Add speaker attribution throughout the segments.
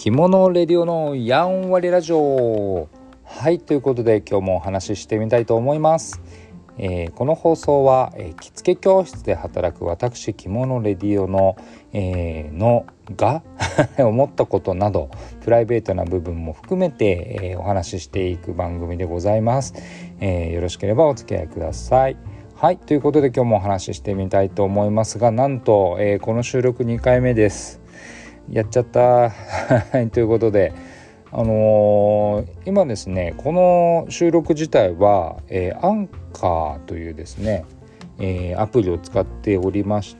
Speaker 1: 着物レディオのやんわりラジオ。はい、ということで今日もお話ししてみたいと思います。この放送は、着付け教室で働く私着物レディオの、が思ったことなどプライベートな部分も含めて、お話ししていく番組でございます。よろしければお付き合いください。はい、ということで今日もお話ししてみたいと思いますが、なんと、この収録2回目です。やっちゃったということで、今ですね、この収録自体は、アンカーというですね、アプリを使っておりまして、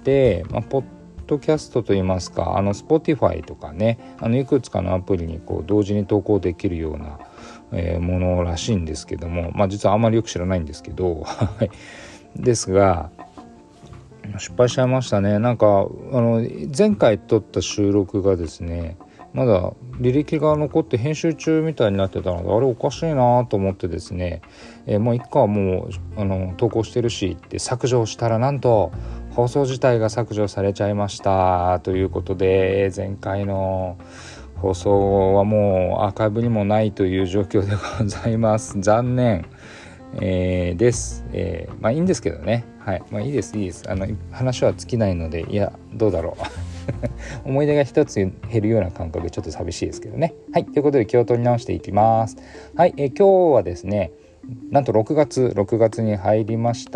Speaker 1: ポッドキャストといいますか、Spotify とかね、いくつかのアプリにこう同時に投稿できるような、ものらしいんですけども、実はあんまりよく知らないんですけどですが失敗しちゃいましたね。なんか前回撮った収録がですね、まだ履歴が残って編集中みたいになってたので、あれおかしいなと思ってですね、もう一回はもう投稿してるしって削除したら、なんと放送自体が削除されちゃいましたということで、前回の放送はもうアーカイブにもないという状況でございます。残念、です。いいんですけどね。はい、いいです。話は尽きないので、いやどうだろう思い出が一つ減るような感覚でちょっと寂しいですけどね。はい、ということで気を取り直していきます。はい、今日はですね、なんと6月に入りました。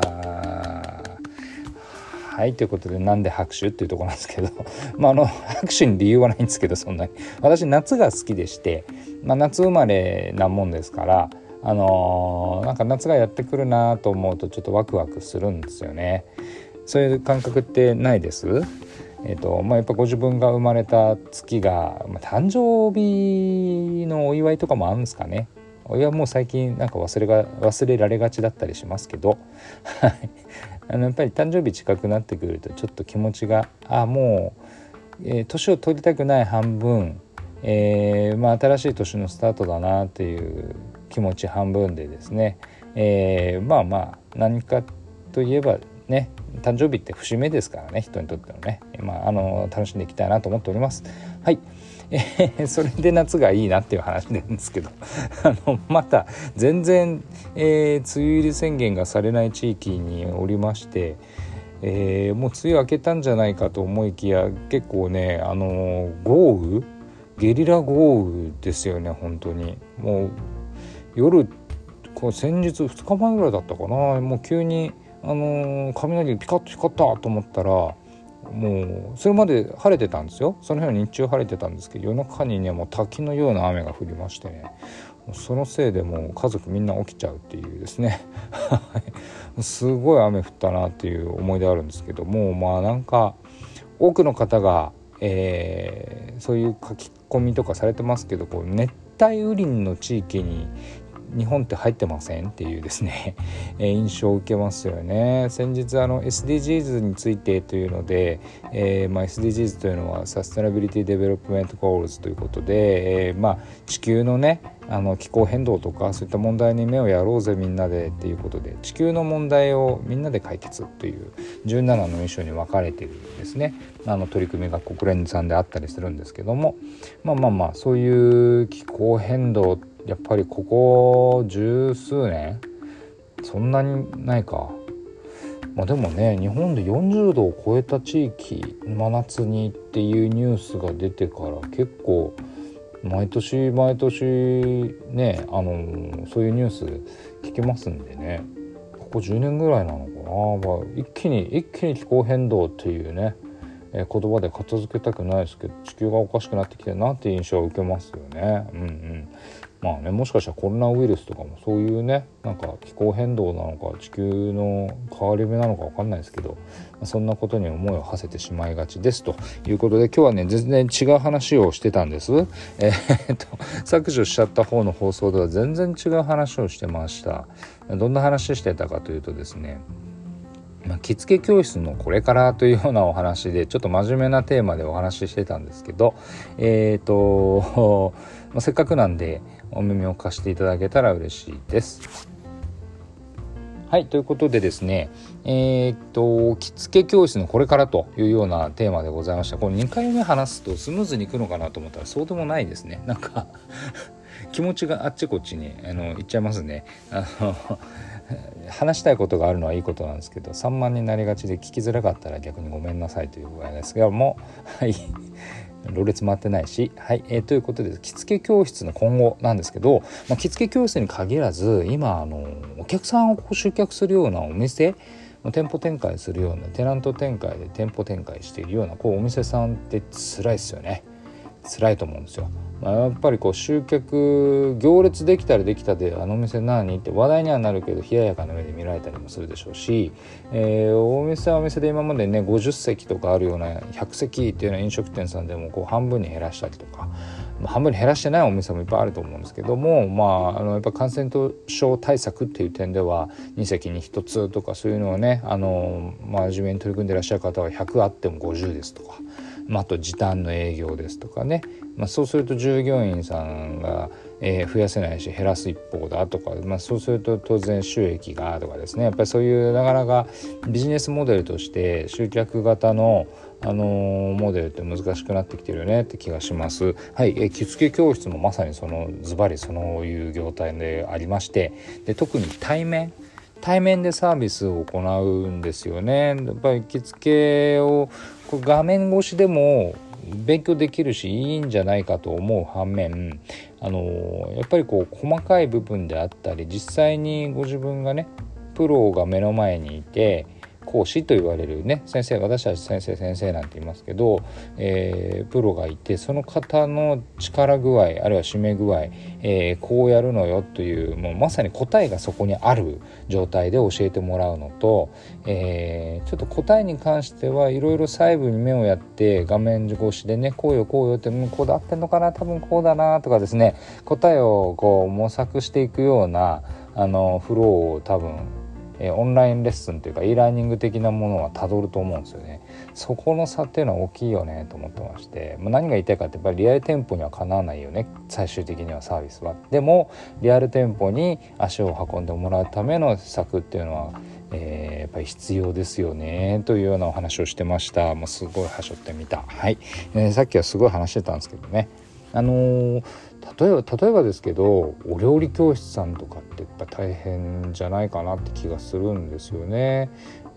Speaker 1: はい、ということで、なんで拍手っていうところなんですけど拍手に理由はないんですけど、そんなに私夏が好きでして、夏生まれなもんですから、なんか夏がやってくるなと思うとちょっとワクワクするんですよね。そういう感覚ってないです？やっぱご自分が生まれた月が、誕生日のお祝いとかもあるんですかね。お祝いはもう最近なんか忘れられがちだったりしますけどやっぱり誕生日近くなってくるとちょっと気持ちがもう、年を取りたくない半分、新しい年のスタートだなっていう気持ち半分でですね、何かといえばね、誕生日って節目ですからね、人にとってのね、楽しんでいきたいなと思っております。はい、それで夏がいいなっていう話なんですけどまた全然、梅雨入り宣言がされない地域におりまして、もう梅雨明けたんじゃないかと思いきや、結構ね、ゲリラ豪雨ですよね。本当にもう夜、先日2日前ぐらいだったかな、もう急に雷ピカッと光ったと思ったら、もうそれまで晴れてたんですよ。その日は日中晴れてたんですけど、夜中にね、もう滝のような雨が降りましてね、そのせいでもう家族みんな起きちゃうっていうですねすごい雨降ったなっていう思い出あるんですけども、なんか多くの方が、そういう書き込みとかされてますけど、熱帯雨林の地域に日本って入ってませんっていうですね印象を受けますよね。先日SDGs についてというので、SDGs というのはサステナビリティデベロップメントゴールズということで、地球のね、気候変動とかそういった問題に目をやろうぜみんなでっていうことで、地球の問題をみんなで解決という17のミッションに分かれているんですね。取り組みが国連さんであったりするんですけども、そういう気候変動、やっぱりここ十数年そんなにないか、でもね、日本で40度を超えた地域、真夏にっていうニュースが出てから結構毎年ね、そういうニュース聞きますんでね、ここ10年ぐらいなのかな、一気に気候変動っていうね、言葉で片付けたくないですけど、地球がおかしくなってきてるなっていう印象を受けますよね。もしかしたらコロナウイルスとかもそういうね、なんか気候変動なのか地球の変わり目なのか分かんないですけど、そんなことに思いを馳せてしまいがちですということで、今日はね全然違う話をしてたんです。削除しちゃった方の放送では全然違う話をしてました。どんな話してたかというとですね、着付け教室のこれからというようなお話で、ちょっと真面目なテーマでお話ししてたんですけど、せっかくなんでお耳を貸していただけたら嬉しいです。 はい、ということでですね、着付け教室のこれからというようなテーマでございました。これ2回目話すとスムーズにいくのかなと思ったらそうでもないですね。なんか気持ちがあっちこっちにいっちゃいますね。話したいことがあるのはいいことなんですけど、散漫になりがちで聞きづらかったら逆にごめんなさいという具合ですが、もうはいろれつ回ってないし、はい、ということで着付け教室の今後なんですけど、着付け教室に限らず今お客さんを集客するようなお店、店舗展開するようなテナント展開で店舗展開しているようなお店さんって辛いですよね。辛いと思うんですよ。やっぱり集客行列できたらできたで店何って話題にはなるけど冷ややかな目で見られたりもするでしょうし、お店はお店で今までね50席とかあるような100席っていうような飲食店さんでも半分に減らしたりとか、半分に減らしてないお店もいっぱいあると思うんですけども、やっぱ感染症対策っていう点では2席に1つとかそういうのをね真面目に取り組んでいらっしゃる方は100あっても50ですとか、あと時短の営業ですとかね、そうすると従業員さんが、増やせないし減らす一方だとか、そうすると当然収益がとかですね、やっぱりそういうなかなかビジネスモデルとして集客型のモデルって難しくなってきてるよねって気がします。はい、着付け教室もまさにズバリそういう業態でありまして、で特に対面でサービスを行うんですよね。やっぱり着付けを画面越しでも勉強できるしいいんじゃないかと思う反面、やっぱり細かい部分であったり、実際にご自分がねプロが目の前にいて講師と言われるね先生、私たち先生なんて言いますけど、プロがいてその方の力具合あるいは締め具合、こうやるのよというもうまさに答えがそこにある状態で教えてもらうのと、ちょっと答えに関してはいろいろ細部に目をやって画面越しでねこうよってこうで合ってんのかな多分こうだなとかですね、答えを模索していくようなフローを多分オンラインレッスンというか e ラーニング的なものはたどると思うんですよね。そこの差っていうのは大きいよねと思ってまして、何が言いたいかってやっぱりリアル店舗にはかなわないよね最終的にはサービスは。でもリアル店舗に足を運んでもらうための施策っていうのはやっぱり必要ですよねというようなお話をしてました。もうすごいはしょってみた。はい、さっきはすごい話してたんですけどね、例えばですけどお料理教室さんとかってやっぱ大変じゃないかなって気がするんですよね。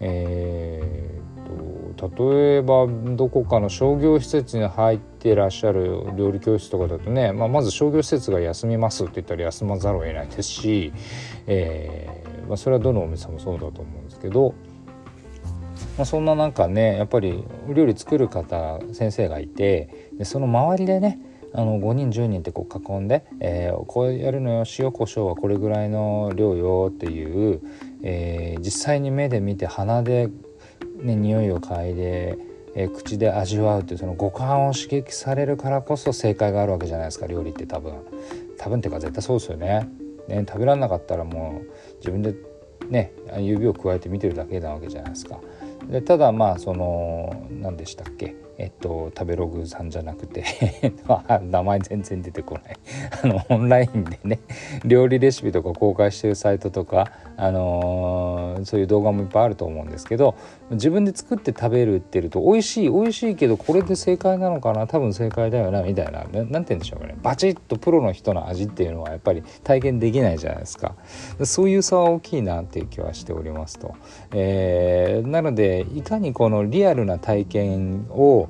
Speaker 1: 例えばどこかの商業施設に入ってらっしゃる料理教室とかだとね、まず商業施設が休みますって言ったら休まざるを得ないですし、それはどのお店もそうだと思うんですけど、そんな中ねやっぱりお料理作る方先生がいて、でその周りでね5人10人って囲んで、こうやるのよ、塩コショウはこれぐらいの量よっていう、実際に目で見て鼻で、匂いを嗅いで、口で味わうというその五感を刺激されるからこそ正解があるわけじゃないですか。料理って多分っていうか絶対そうですよね。食べられなかったらもう自分でね指を加えて見てるだけなわけじゃないですか。でただ何でしたっけ、食べログさんじゃなくて名前全然出てこないオンラインでね料理レシピとか公開してるサイトとか、そういう動画もいっぱいあると思うんですけど、自分で作って食べるってると美味しいけどこれで正解なのかな、多分正解だよなみたいな、なんて言うんでしょうかね、バチッとプロの人の味っていうのはやっぱり体験できないじゃないですか。そういう差は大きいなっていう気はしておりますと、なのでいかにこのリアルな体験を、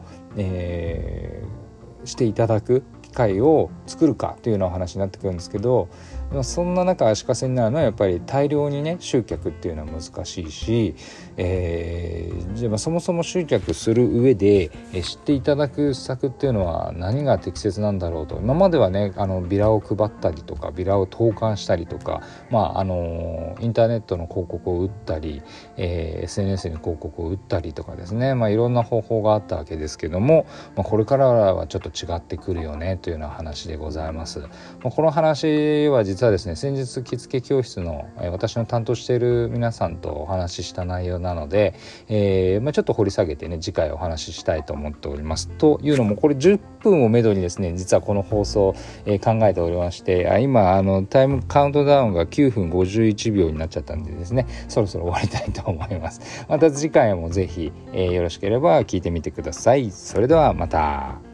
Speaker 1: していただく機会を作るかというようなお話になってくるんですけど、そんな中足かせになるのはやっぱり大量にね集客っていうのは難しいし、じゃあそもそも集客する上で、知っていただく施策っていうのは何が適切なんだろうと。今まではねビラを配ったりとかビラを投函したりとか、インターネットの広告を打ったり、SNS に広告を打ったりとかですね、いろんな方法があったわけですけども、これからはちょっと違ってくるよねというような話でございます。この話は実実はですね、先日着付け教室の、私の担当している皆さんとお話しした内容なので、ちょっと掘り下げてね、次回お話ししたいと思っております。というのも、これ10分をめどにですね、実はこの放送、考えておりまして、今タイムカウントダウンが9分51秒になっちゃったんでですね、そろそろ終わりたいと思います。また次回もぜひ、よろしければ聞いてみてください。それではまた。